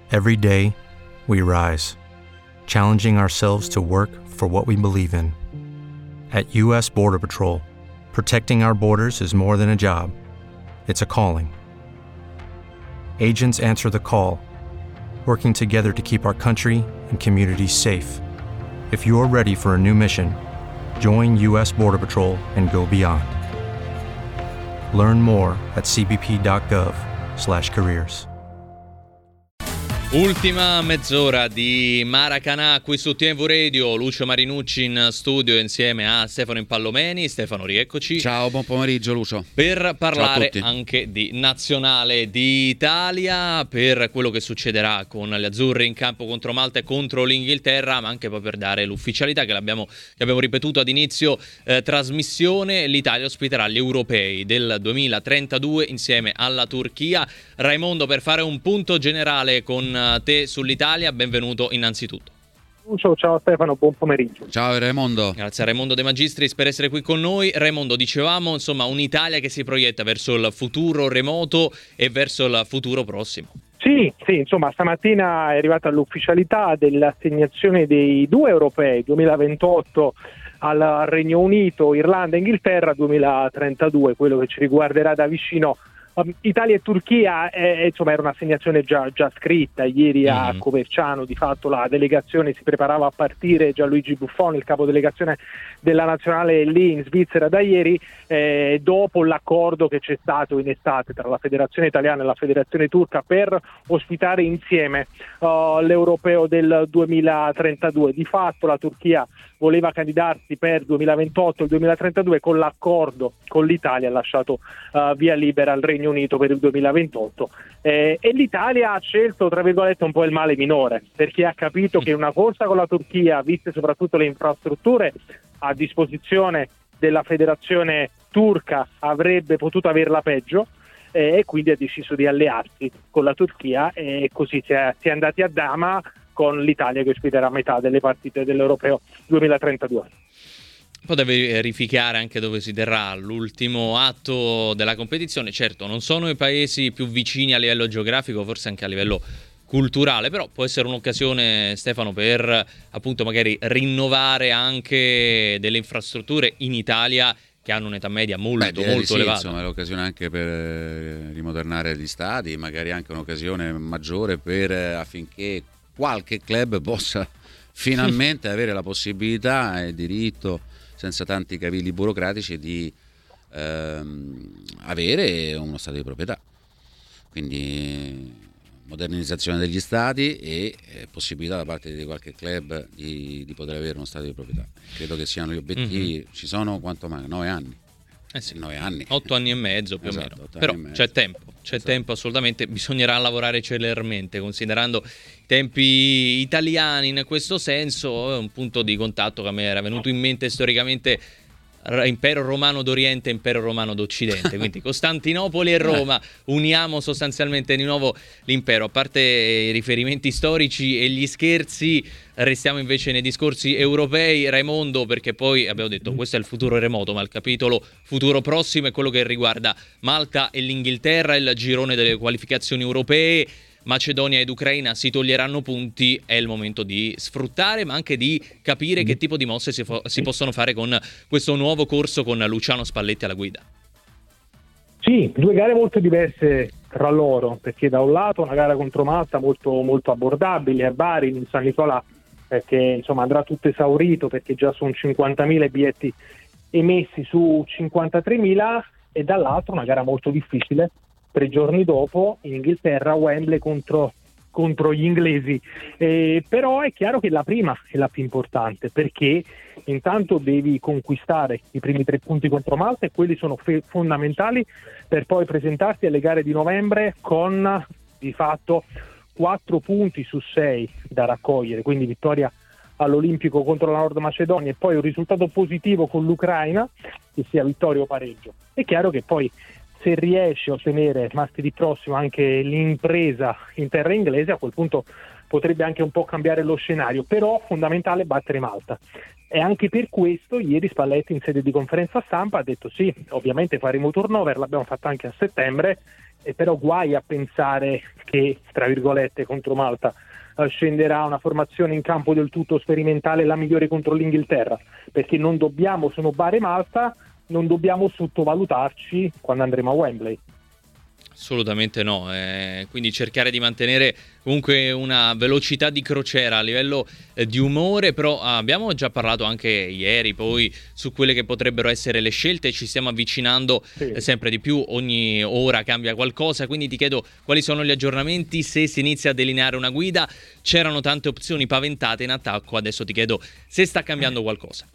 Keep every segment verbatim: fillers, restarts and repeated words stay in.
Every day, we rise, challenging ourselves to work for what we believe in. At U S Border Patrol, protecting our borders is more than a job, it's a calling. Agents answer the call, working together to keep our country and communities safe. If you are ready for a new mission, join U S Border Patrol and go beyond. Learn more at c b p dot gov slash careers. Ultima mezz'ora di Maracanã qui su T V Radio, Lucio Marinucci in studio insieme a Stefano Impallomeni. Stefano, rieccoci. Ciao, buon pomeriggio Lucio. Per parlare anche di Nazionale d'Italia, per quello che succederà con le azzurre in campo contro Malta e contro l'Inghilterra, ma anche poi per dare l'ufficialità che l'abbiamo che abbiamo ripetuto ad inizio eh, trasmissione. L'Italia ospiterà gli europei del duemilatrentadue insieme alla Turchia. Raimondo, per fare un punto generale con te sull'Italia, benvenuto innanzitutto. Ciao, ciao Stefano, buon pomeriggio. Ciao Raimondo. Grazie a Raimondo De Magistris per essere qui con noi. Raimondo, dicevamo insomma un'Italia che si proietta verso il futuro remoto e verso il futuro prossimo. Sì, sì, insomma stamattina è arrivata l'ufficialità dell'assegnazione dei due europei duemilaventotto al Regno Unito, Irlanda e Inghilterra duemilatrentadue, quello che ci riguarderà da vicino. Um, Italia e Turchia eh, insomma era un'assegnazione già, già scritta. Ieri a mm. Coverciano di fatto la delegazione si preparava a partire. Gianluigi Buffon, il capodelegazione della nazionale lì in Svizzera da ieri, eh, dopo l'accordo che c'è stato in estate tra la federazione italiana e la federazione turca per ospitare insieme uh, l'europeo del duemilatrentadue. Di fatto la Turchia voleva candidarsi per duemilaventotto e il duemilatrentadue, con l'accordo con l'Italia ha lasciato uh, via libera al Regno Unito per il duemilaventotto, eh, e l'Italia ha scelto tra virgolette un po' il male minore, perché ha capito che una corsa con la Turchia, viste soprattutto le infrastrutture a disposizione della federazione turca, avrebbe potuto averla peggio, eh, e quindi ha deciso di allearsi con la Turchia, e così si è, si è andati a dama con l'Italia che ospiterà metà delle partite dell'Europeo duemilatrentadue. Poi deve verificare anche dove si terrà l'ultimo atto della competizione. Certo, non sono i paesi più vicini a livello geografico, forse anche a livello culturale, però può essere un'occasione, Stefano, per appunto magari rinnovare anche delle infrastrutture in Italia che hanno un'età media molto Beh, molto sì, elevata. Insomma, è l'occasione anche per rimodernare gli stadi, magari anche un'occasione maggiore per affinché qualche club possa finalmente avere la possibilità e il diritto, senza tanti cavilli burocratici, di ehm, avere uno stato di proprietà. Quindi modernizzazione degli stadi e eh, possibilità da parte di qualche club di, di poter avere uno stato di proprietà. Credo che siano gli obiettivi. Mm-hmm. Ci sono quanto manca? Nove anni. Eh sì, nove anni. Otto anni e mezzo più esatto, o meno. Però c'è tempo, c'è esatto. tempo assolutamente. Bisognerà lavorare celermente, considerando i tempi italiani in questo senso. È un punto di contatto che a me era venuto in mente storicamente: Impero Romano d'Oriente e Impero Romano d'Occidente, quindi Costantinopoli e Roma, uniamo sostanzialmente di nuovo l'impero. A parte i riferimenti storici e gli scherzi, restiamo invece nei discorsi europei, Raimondo, perché poi abbiamo detto questo è il futuro remoto, ma il capitolo futuro prossimo è quello che riguarda Malta e l'Inghilterra, il girone delle qualificazioni europee. Macedonia ed Ucraina si toglieranno punti, è il momento di sfruttare, ma anche di capire che tipo di mosse si, fo- si possono fare con questo nuovo corso con Luciano Spalletti alla guida. Sì, due gare molto diverse tra loro, perché da un lato una gara contro Malta molto, molto abbordabile a Bari, in San Nicolà, perché insomma andrà tutto esaurito, perché già sono cinquantamila biglietti emessi su cinquantatremila, e dall'altro una gara molto difficile tre giorni dopo in Inghilterra, a Wembley contro, contro gli inglesi, eh, però è chiaro che la prima è la più importante, perché intanto devi conquistare i primi tre punti contro Malta, e quelli sono fe- fondamentali per poi presentarti alle gare di novembre con di fatto quattro punti su sei da raccogliere, quindi vittoria all'Olimpico contro la Nord Macedonia e poi un risultato positivo con l'Ucraina, che sia vittoria o pareggio. È chiaro che poi, se riesce a ottenere martedì prossimo anche l'impresa in terra inglese, a quel punto potrebbe anche un po' cambiare lo scenario, però fondamentale battere Malta. E anche per questo ieri Spalletti in sede di conferenza stampa ha detto sì, ovviamente faremo turnover, l'abbiamo fatto anche a settembre, e però guai a pensare che, tra virgolette, contro Malta uh, scenderà una formazione in campo del tutto sperimentale, la migliore contro l'Inghilterra, perché non dobbiamo snobare Malta, non dobbiamo sottovalutarci quando andremo a Wembley. Assolutamente no, eh, quindi cercare di mantenere comunque una velocità di crociera a livello eh, di umore, però ah, abbiamo già parlato anche ieri poi su quelle che potrebbero essere le scelte, ci stiamo avvicinando Sì. eh, sempre di più, ogni ora cambia qualcosa, quindi ti chiedo quali sono gli aggiornamenti, se si inizia a delineare una guida, c'erano tante opzioni paventate in attacco, adesso ti chiedo se sta cambiando qualcosa.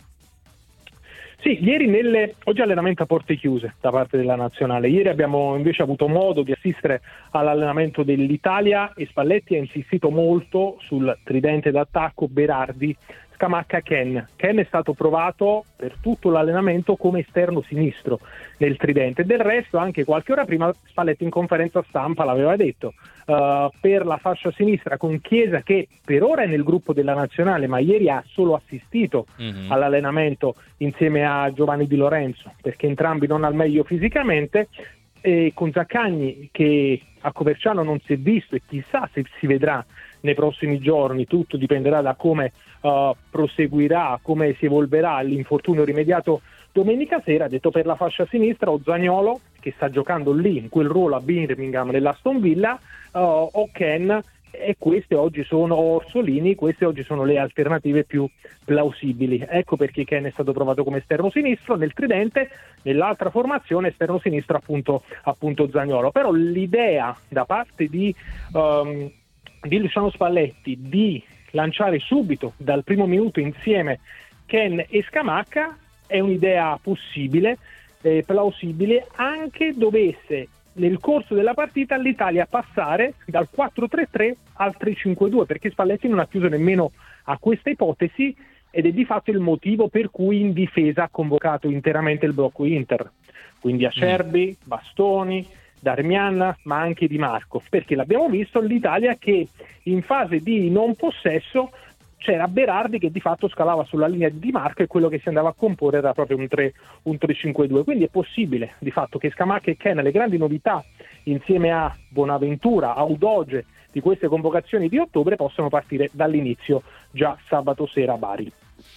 Sì, ieri nelle, oggi allenamento a porte chiuse da parte della nazionale, ieri abbiamo invece avuto modo di assistere all'allenamento dell'Italia e Spalletti ha insistito molto sul tridente d'attacco Berardi, Scamacca, Ken. Ken è stato provato per tutto l'allenamento come esterno sinistro nel tridente, del resto anche qualche ora prima Spalletti in conferenza stampa l'aveva detto, uh, per la fascia sinistra con Chiesa che per ora è nel gruppo della nazionale ma ieri ha solo assistito mm-hmm. all'allenamento insieme a Giovanni Di Lorenzo perché entrambi non al meglio fisicamente, e con Zaccagni che a Coverciano non si è visto e chissà se si vedrà nei prossimi giorni, tutto dipenderà da come uh, proseguirà, come si evolverà l'infortunio rimediato domenica sera. Detto per la fascia sinistra o Zaniolo che sta giocando lì in quel ruolo a Birmingham nell'Aston Villa, uh, o Ken, e queste oggi sono Orsolini, queste oggi sono le alternative più plausibili. Ecco perché Ken è stato provato come esterno sinistro nel tridente, nell'altra formazione esterno sinistro appunto, appunto Zaniolo. Però l'idea da parte di, um, di Luciano Spalletti di lanciare subito dal primo minuto insieme Ken e Scamacca è un'idea possibile, eh, plausibile, anche dovesse nel corso della partita l'Italia passare dal quattro tre tre al tre cinque due, perché Spalletti non ha chiuso nemmeno a questa ipotesi ed è di fatto il motivo per cui in difesa ha convocato interamente il blocco Inter, quindi Acerbi, Bastoni, Darmian ma anche Di Marco, perché l'abbiamo visto l'Italia che in fase di non possesso c'era Berardi che di fatto scalava sulla linea di Di Marco e quello che si andava a comporre era proprio un tre cinque due, quindi è possibile di fatto che Scamacca e Ken, le grandi novità insieme a Bonaventura, a Udoge di queste convocazioni di ottobre, possano partire dall'inizio già sabato sera a Bari.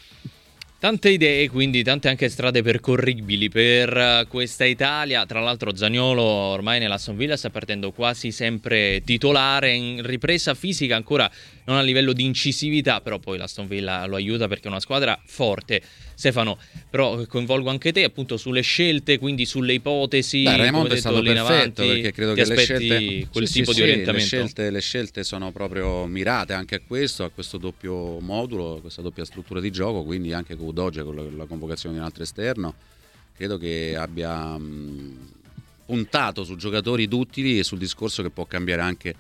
Tante idee, quindi tante anche strade percorribili per questa Italia. Tra l'altro Zaniolo ormai nell'Aston Villa sta partendo quasi sempre titolare, in ripresa fisica ancora non a livello di incisività, però poi l'Aston Villa lo aiuta perché è una squadra forte. Stefano, però coinvolgo anche te appunto sulle scelte, quindi sulle ipotesi. Beh, Raimondo come è stato detto, perfetto avanti, perché credo ti che le aspetti scelte quel sì, tipo sì, di sì, orientamento. le scelte, le scelte sono proprio mirate anche a questo, a questo doppio modulo, a questa doppia struttura di gioco, quindi anche con Udoge con la, la convocazione di un altro esterno credo che abbia mh, puntato su giocatori duttili e sul discorso che può cambiare anche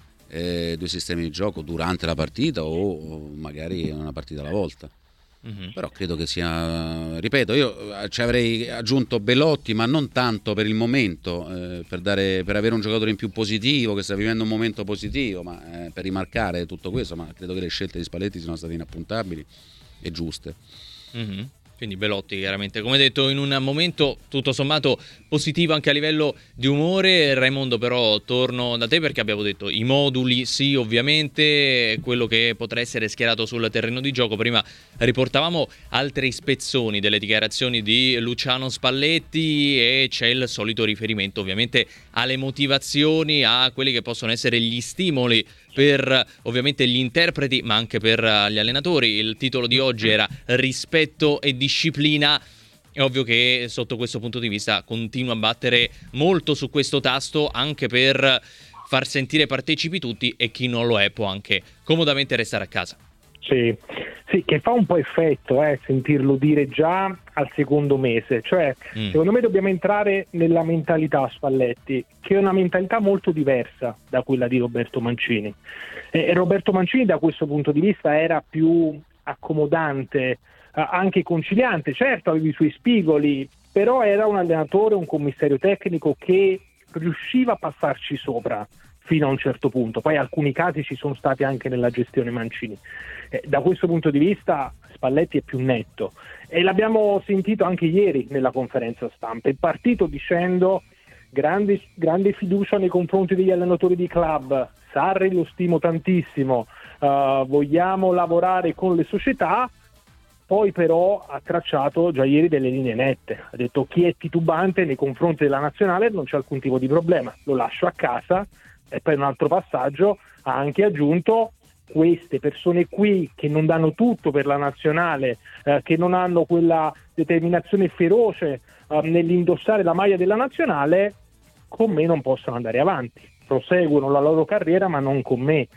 eh, due sistemi di gioco durante la partita o, o magari una partita alla volta. Mm-hmm. Però credo che sia, ripeto, io ci avrei aggiunto Belotti, ma non tanto per il momento, eh, per, dare, per avere un giocatore in più positivo che sta vivendo un momento positivo, ma eh, per rimarcare tutto questo, ma credo che le scelte di Spalletti siano state inappuntabili e giuste. Mm-hmm. Quindi Belotti chiaramente, come detto, in un momento tutto sommato positivo anche a livello di umore. Raimondo, però torno da te perché abbiamo detto i moduli sì, ovviamente, quello che potrà essere schierato sul terreno di gioco. Prima riportavamo altri spezzoni delle dichiarazioni di Luciano Spalletti e c'è il solito riferimento ovviamente alle motivazioni, a quelli che possono essere gli stimoli per ovviamente gli interpreti ma anche per gli allenatori. Il titolo di oggi era rispetto e disciplina. È ovvio che sotto questo punto di vista continua a battere molto su questo tasto anche per far sentire partecipi tutti e chi non lo è può anche comodamente restare a casa. Sì, sì, che fa un po' effetto eh, sentirlo dire già al secondo mese, cioè mm. secondo me dobbiamo entrare nella mentalità Spalletti, che è una mentalità molto diversa da quella di Roberto Mancini, e, e Roberto Mancini da questo punto di vista era più accomodante, eh, anche conciliante, certo aveva i suoi spigoli, però era un allenatore, un commissario tecnico che riusciva a passarci sopra fino a un certo punto. Poi alcuni casi ci sono stati anche nella gestione Mancini. Eh, da questo punto di vista Spalletti è più netto e l'abbiamo sentito anche ieri nella conferenza stampa. È partito dicendo grande, grande fiducia nei confronti degli allenatori di club, Sarri lo stimo tantissimo, uh, vogliamo lavorare con le società. Poi però ha tracciato già ieri delle linee nette, ha detto chi è titubante nei confronti della nazionale non c'è alcun tipo di problema, lo lascio a casa. E poi un altro passaggio ha anche aggiunto: queste persone qui che non danno tutto per la nazionale, eh, che non hanno quella determinazione feroce eh, nell'indossare la maglia della nazionale, con me non possono andare avanti, proseguono la loro carriera ma non con me.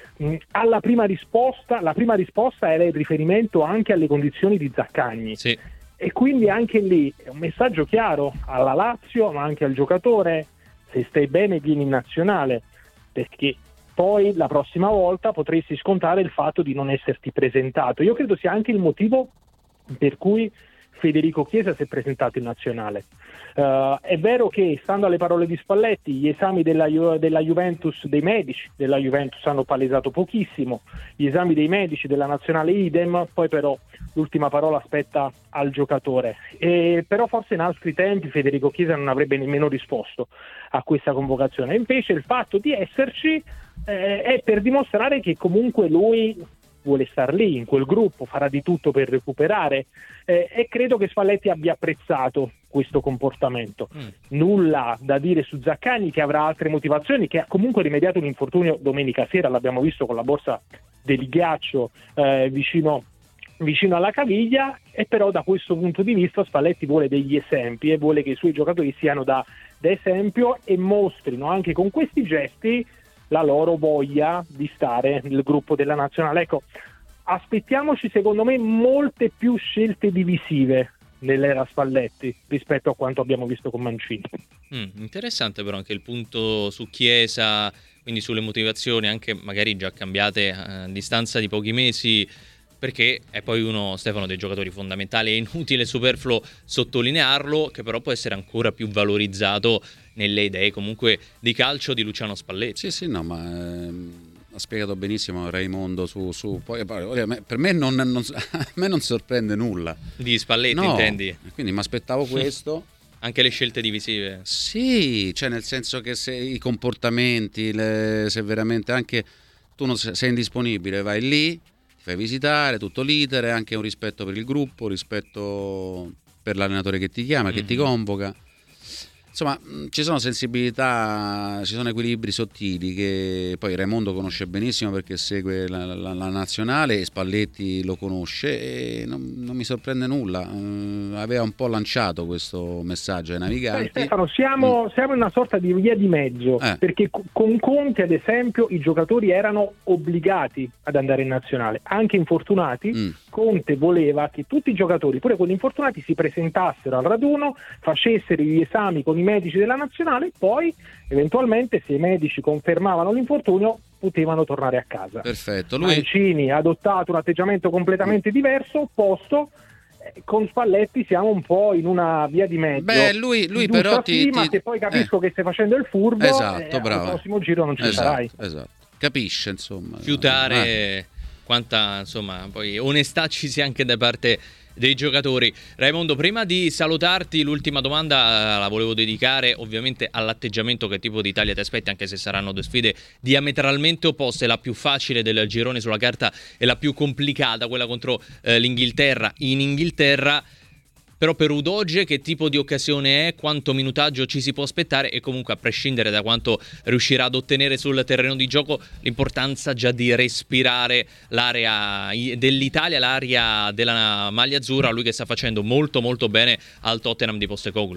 Alla prima risposta, la prima risposta era il riferimento anche alle condizioni di Zaccagni, sì. E quindi anche lì è un messaggio chiaro alla Lazio ma anche al giocatore: se stai bene vieni in nazionale, perché poi la prossima volta potresti scontare il fatto di non esserti presentato. Io credo sia anche il motivo per cui Federico Chiesa si è presentato in nazionale. Uh, è vero che, stando alle parole di Spalletti, gli esami della, Ju- della Juventus, dei medici della Juventus hanno palesato pochissimo, gli esami dei medici della nazionale idem, poi però l'ultima parola spetta al giocatore. E però forse in altri tempi Federico Chiesa non avrebbe nemmeno risposto a questa convocazione. Invece il fatto di esserci eh, è per dimostrare che comunque lui vuole star lì, in quel gruppo, farà di tutto per recuperare, eh, e credo che Spalletti abbia apprezzato questo comportamento. Mm. Nulla da dire su Zaccagni, che avrà altre motivazioni, che ha comunque rimediato un infortunio domenica sera, l'abbiamo visto con la borsa del ghiaccio eh, vicino vicino alla caviglia, e però da questo punto di vista Spalletti vuole degli esempi e vuole che i suoi giocatori siano da, da esempio e mostrino anche con questi gesti la loro voglia di stare nel gruppo della nazionale. Ecco, aspettiamoci secondo me molte più scelte divisive nell'era Spalletti rispetto a quanto abbiamo visto con Mancini. Mm, interessante però anche il punto su Chiesa, quindi sulle motivazioni anche magari già cambiate a distanza di pochi mesi, perché è poi uno, Stefano, dei giocatori fondamentali. È inutile e superfluo sottolinearlo, che però può essere ancora più valorizzato nelle idee comunque di calcio di Luciano Spalletti. Sì, sì, no, ma ehm, ha spiegato benissimo Raimondo su, su poi, poi per me non, non, a me non sorprende nulla. Di Spalletti, no, intendi? Quindi mi aspettavo questo. Anche le scelte divisive. Sì, cioè nel senso che se i comportamenti, le, se veramente anche tu non sei indisponibile, vai lì, fai visitare tutto l'iter, anche un rispetto per il gruppo, rispetto per l'allenatore che ti chiama, mm-hmm. che ti convoca. Insomma, ci sono sensibilità, ci sono equilibri sottili che poi Raimondo conosce benissimo perché segue la, la, la nazionale, e Spalletti lo conosce, e non, non mi sorprende nulla. Uh, aveva un po' lanciato questo messaggio ai naviganti. Beh, Stefano, siamo, mm. siamo in una sorta di via di mezzo, eh. perché con Conte, ad esempio, i giocatori erano obbligati ad andare in nazionale, anche infortunati. Mm. Conte voleva che tutti i giocatori, pure quelli infortunati, si presentassero al raduno, facessero gli esami con i medici della nazionale, poi eventualmente, se i medici confermavano l'infortunio, potevano tornare a casa. Perfetto. Lui... Mancini ha adottato un atteggiamento completamente diverso, opposto. Con Spalletti siamo un po' in una via di mezzo. Beh, lui, lui però ti, sì, ti... ma se poi capisco eh. che stai facendo il furbo, esatto, eh, bravo. al prossimo giro non ci esatto, sarai. Esatto. Capisce, insomma. Fiutare eh. quanta, insomma, poi onestà ci sia anche da parte dei giocatori. Raimondo, prima di salutarti, l'ultima domanda la volevo dedicare ovviamente all'atteggiamento che tipo di Italia ti aspetti, anche se saranno due sfide diametralmente opposte. La più facile del girone sulla carta e la più complicata, quella contro eh, l'Inghilterra in Inghilterra. Però per Udogie che tipo di occasione è, quanto minutaggio ci si può aspettare, e comunque a prescindere da quanto riuscirà ad ottenere sul terreno di gioco, l'importanza già di respirare l'area dell'Italia, l'area della maglia azzurra, lui che sta facendo molto molto bene al Tottenham di Postecoglou.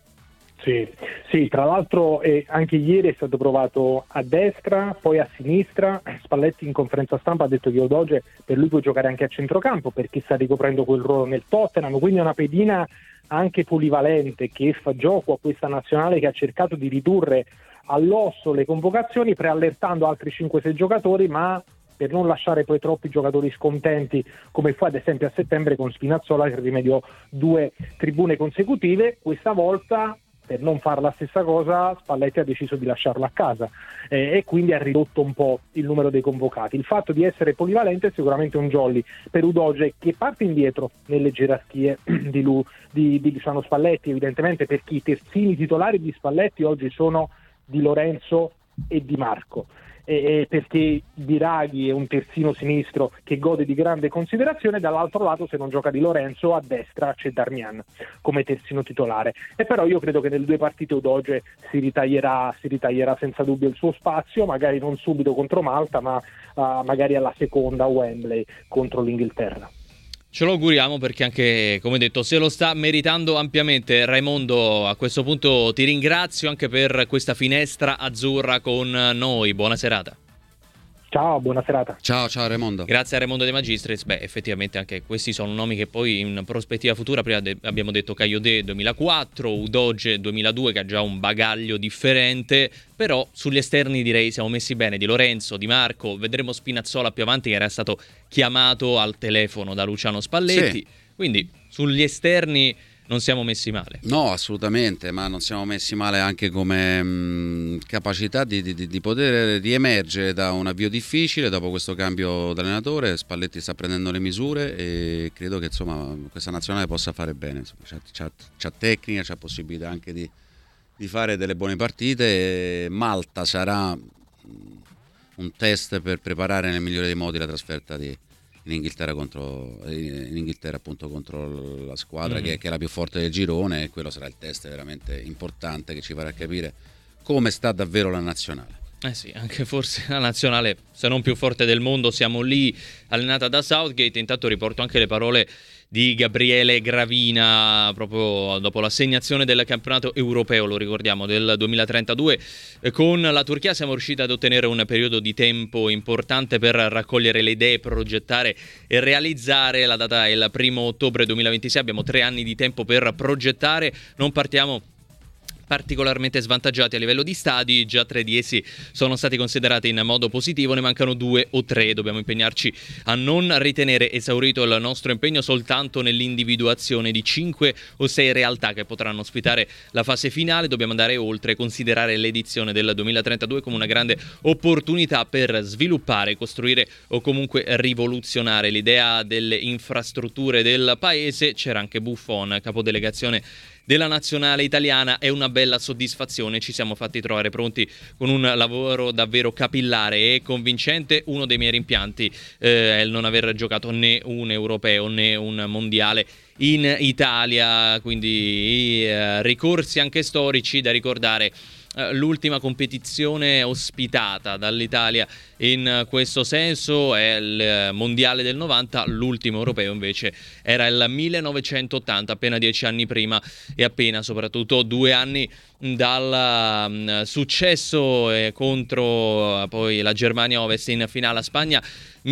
Sì, sì, tra l'altro eh, anche ieri è stato provato a destra, poi a sinistra. Spalletti in conferenza stampa ha detto che Udogie per lui può giocare anche a centrocampo perché sta ricoprendo quel ruolo nel Tottenham, quindi è una pedina anche polivalente che fa gioco a questa nazionale che ha cercato di ridurre all'osso le convocazioni, preallertando altri cinque sei giocatori, ma per non lasciare poi troppi giocatori scontenti, come fu ad esempio a settembre con Spinazzola che rimediò due tribune consecutive. Questa volta Per non fare la stessa cosa Spalletti ha deciso di lasciarlo a casa eh, e quindi ha ridotto un po' il numero dei convocati. Il fatto di essere polivalente è sicuramente un jolly per Udogie, che parte indietro nelle gerarchie di, Lu, di, di Luciano Spalletti, evidentemente, perché i terzini titolari di Spalletti oggi sono Di Lorenzo e Di Marco, e perché Biraghi è un terzino sinistro che gode di grande considerazione. Dall'altro lato, se non gioca Di Lorenzo, a destra c'è Darmian come terzino titolare, e però io credo che nelle due partite Udogie si ritaglierà, si ritaglierà senza dubbio il suo spazio, magari non subito contro Malta, ma uh, magari alla seconda a Wembley contro l'Inghilterra. Ce lo auguriamo, perché anche, come detto, se lo sta meritando ampiamente. Raimondo, a questo punto ti ringrazio anche per questa finestra azzurra con noi. Buona serata. Ciao, buona serata. Ciao, ciao Raimondo. Grazie a Raimondo De Magistris. Beh, effettivamente anche questi sono nomi che poi in prospettiva futura, prima de- abbiamo detto Kayode duemilaquattro, Udogie duemiladue, che ha già un bagaglio differente, però sugli esterni direi siamo messi bene. Di Lorenzo, Di Marco, vedremo Spinazzola più avanti, che era stato chiamato al telefono da Luciano Spalletti, sì. Quindi sugli esterni non siamo messi male. No, assolutamente, ma non siamo messi male anche come mh, capacità di, di, di poter riemergere da un avvio difficile dopo questo cambio d'allenatore. Spalletti sta prendendo le misure e credo che insomma questa nazionale possa fare bene. Insomma, c'ha, c'ha, c'ha tecnica, c'ha possibilità anche di, di fare delle buone partite. Malta sarà un test per preparare nel migliore dei modi la trasferta di in Inghilterra contro in Inghilterra appunto contro la squadra mm-hmm. che, che è la più forte del girone, e quello sarà il test veramente importante che ci farà capire come sta davvero la nazionale. Eh sì, anche forse la nazionale, se non più forte del mondo, siamo lì, allenata da Southgate. Intanto riporto anche le parole di Gabriele Gravina proprio dopo l'assegnazione del campionato europeo, lo ricordiamo, del duemilatrentadue. Con la Turchia siamo riusciti ad ottenere un periodo di tempo importante per raccogliere le idee, progettare e realizzare. La data è il primo ottobre duemilaventisei, abbiamo tre anni di tempo per progettare. Non partiamo particolarmente svantaggiati a livello di stadi, già tre di essi sono stati considerati in modo positivo, ne mancano due o tre. Dobbiamo impegnarci a non ritenere esaurito il nostro impegno soltanto nell'individuazione di cinque o sei realtà che potranno ospitare la fase finale. Dobbiamo andare oltre e considerare l'edizione del duemilatrentadue come una grande opportunità per sviluppare, costruire o comunque rivoluzionare l'idea delle infrastrutture del paese. C'era anche Buffon, capodelegazione della nazionale italiana. È una bella soddisfazione, ci siamo fatti trovare pronti con un lavoro davvero capillare e convincente. Uno dei miei rimpianti eh, è il non aver giocato né un europeo né un mondiale in Italia, quindi eh, ricorsi anche storici da ricordare. L'ultima competizione ospitata dall'Italia in questo senso è il mondiale del novanta, l'ultimo europeo invece era il millenovecentottanta, appena dieci anni prima e appena soprattutto due anni dal um, successo eh, contro uh, poi la Germania Ovest in finale a Spagna,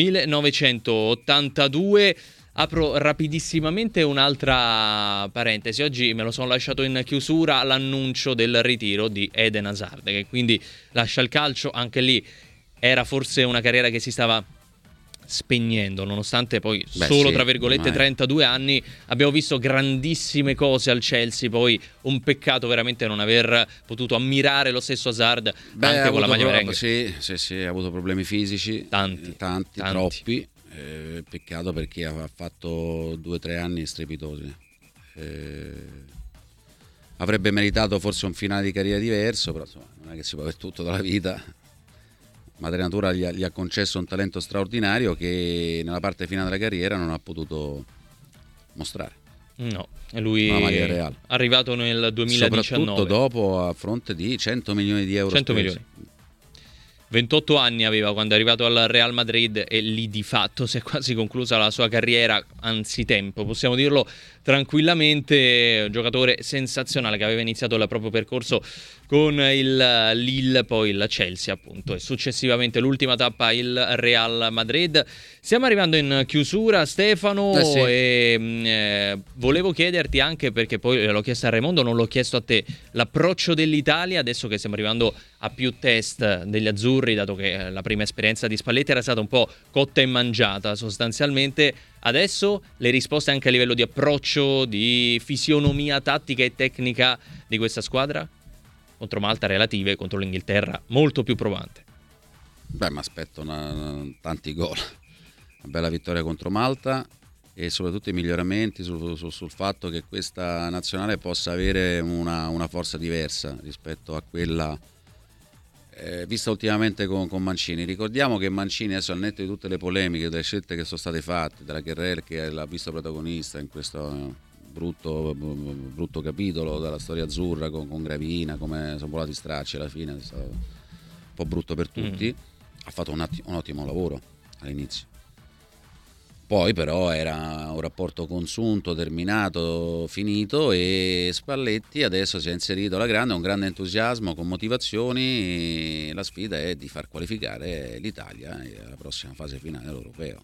millenovecentottantadue. Apro rapidissimamente un'altra parentesi. Oggi me lo sono lasciato in chiusura l'annuncio del ritiro di Eden Hazard, che quindi lascia il calcio. Anche lì era forse una carriera che si stava spegnendo, nonostante poi Beh, solo sì, tra virgolette ormai. trentadue anni. Abbiamo visto grandissime cose al Chelsea, poi un peccato veramente non aver potuto ammirare lo stesso Hazard. Beh, anche con la maglia merengue. Sì, sì, sì, ha avuto problemi fisici, tanti, tanti, tanti. troppi. Eh, peccato, perché ha fatto due o tre anni strepitosi. Eh, avrebbe meritato forse un finale di carriera diverso, però insomma, non è che si può avere tutto dalla vita. Madre Natura gli ha, gli ha concesso un talento straordinario che nella parte finale della carriera non ha potuto mostrare. No, lui è arrivato nel duemiladiciannove. Soprattutto dopo, a fronte di cento milioni di euro cento spesi. milioni. ventotto anni aveva quando è arrivato al Real Madrid e lì di fatto si è quasi conclusa la sua carriera anzitempo, possiamo dirlo tranquillamente. Un giocatore sensazionale che aveva iniziato il proprio percorso con il Lille, poi il Chelsea appunto, e successivamente l'ultima tappa il Real Madrid. Stiamo arrivando in chiusura, Stefano, eh sì. e eh, volevo chiederti anche, perché poi l'ho chiesto a Raimondo, non l'ho chiesto a te, l'approccio dell'Italia adesso che stiamo arrivando a più test degli azzurri, dato che la prima esperienza di Spalletti era stata un po' cotta e mangiata sostanzialmente. Adesso le risposte anche a livello di approccio, di fisionomia tattica e tecnica di questa squadra? Contro Malta relative, contro l'Inghilterra molto più provante. Beh, mi aspetto una, tanti gol, una bella vittoria contro Malta e soprattutto i miglioramenti sul, sul, sul fatto che questa nazionale possa avere una, una forza diversa rispetto a quella eh, vista ultimamente con, con Mancini. Ricordiamo che Mancini, adesso al netto di tutte le polemiche, delle scelte che sono state fatte, della Guerrero che l'ha visto protagonista in questo brutto, brutto capitolo della storia azzurra con, con Gravina, come sono volati stracci alla fine, è stato un po' brutto per tutti. Mm. Ha fatto un, atti- un ottimo lavoro all'inizio, poi però era un rapporto consunto, terminato, finito, e Spalletti adesso si è inserito alla grande, un grande entusiasmo, con motivazioni. La sfida è di far qualificare l'Italia alla prossima fase finale dell'Europeo.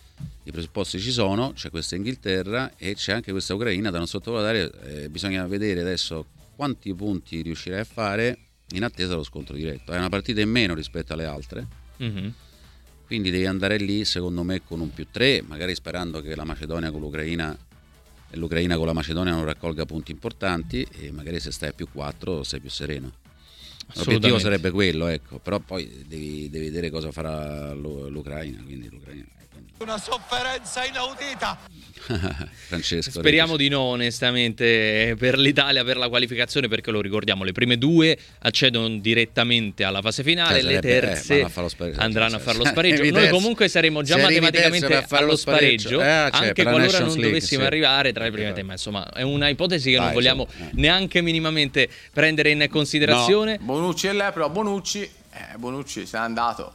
I presupposti ci sono, c'è questa Inghilterra e c'è anche questa Ucraina da non sottovalutare. Eh, bisogna vedere adesso quanti punti riuscirai a fare in attesa dello scontro diretto. È una partita in meno rispetto alle altre, mm-hmm. quindi devi andare lì secondo me con un più tre, magari sperando che la Macedonia con l'Ucraina e l'Ucraina con la Macedonia non raccolga punti importanti, e magari se stai a più quattro sei più sereno. L'obiettivo sarebbe quello, ecco, però poi devi, devi vedere cosa farà l'Ucraina, quindi l'Ucraina una sofferenza inaudita. Francesco, speriamo di no, onestamente, per l'Italia, per la qualificazione, perché lo ricordiamo, le prime due accedono direttamente alla fase finale, eh, le terze eh, a andranno a fare lo spareggio. Noi comunque saremo già matematicamente allo spareggio, eh, cioè, anche qualora non League, dovessimo sì. arrivare tra le prime tre, ma insomma è una ipotesi che Dai, non vogliamo sì. neanche minimamente prendere in considerazione. No. Bonucci è lei, però Bonucci Eh, Bonucci se n'è andato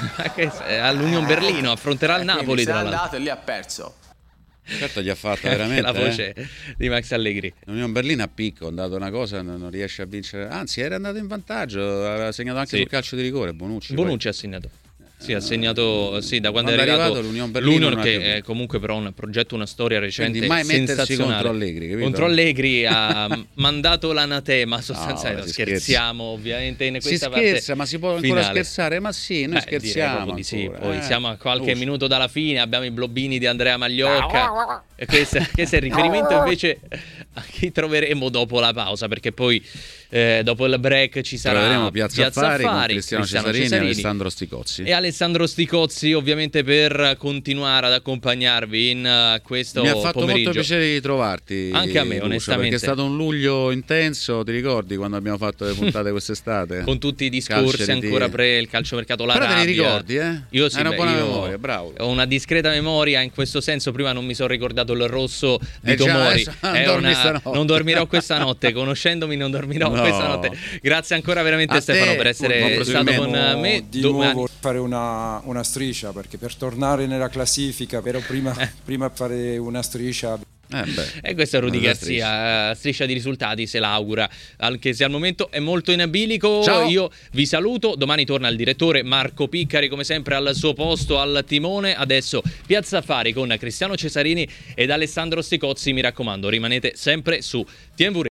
eh. all'Union Berlino, affronterà il eh, Napoli, se tra n'è l'altro. andato e lì ha perso. Certo, gli ha fatto veramente la voce eh. di Max Allegri. L'Union Berlino a picco, è andato una cosa, non riesce a vincere, anzi era andato in vantaggio, aveva segnato anche sì. sul calcio di rigore Bonucci. Bonucci poi. ha segnato. Sì, ha segnato sì, da quando, quando è arrivato, arrivato l'Union Berlino, l'Union, che è comunque però un progetto, una storia recente. Quindi mai mettersi contro Allegri, capito? Contro Allegri ha mandato l'anatema sostanzialmente. No, scherziamo scherza. ovviamente in questa si parte scherza, ma si può finale. ancora scherzare? Ma sì, noi Beh, scherziamo di sì. ancora, Poi eh. siamo a qualche Luce. minuto dalla fine, abbiamo i blobbini di Andrea Magliocca. E questo, questo è il riferimento invece a chi troveremo dopo la pausa, perché poi eh, dopo il break ci sarà troveremo Piazza, Piazza Affari, Affari con Cristiano, Cristiano Cesarini, Cesarini e Alessandro Sticozzi. E Alessandro Sticozzi ovviamente per continuare ad accompagnarvi in uh, questo pomeriggio. Mi ha fatto pomeriggio. molto piacere di trovarti. Anche a me, Lucia, onestamente. Perché è stato un luglio intenso, ti ricordi quando abbiamo fatto le puntate quest'estate? Con tutti i discorsi Calceriti. ancora pre il calciomercato, la Però rabbia. te li ricordi, eh? Io sì, Hai una beh, buona io memoria, bravo. Ho una discreta memoria in questo senso, prima non mi sono ricordato il rosso di eh Tomori. Già, è una... Non dormirò questa notte, conoscendomi non dormirò no. questa notte. Grazie ancora veramente a Stefano te, per essere stato con me. Di domani. nuovo fare una, una striscia, perché per tornare nella classifica, però prima, eh. prima fare una striscia. Eh e questo è Rudy Garzia, striscia. striscia di risultati, se l'augura, anche se al momento è molto in bilico. Ciao. Io vi saluto, domani torna il direttore Marco Piccari come sempre al suo posto al timone. Adesso Piazza Affari con Cristiano Cesarini ed Alessandro Sticozzi. Mi raccomando, rimanete sempre su T M V.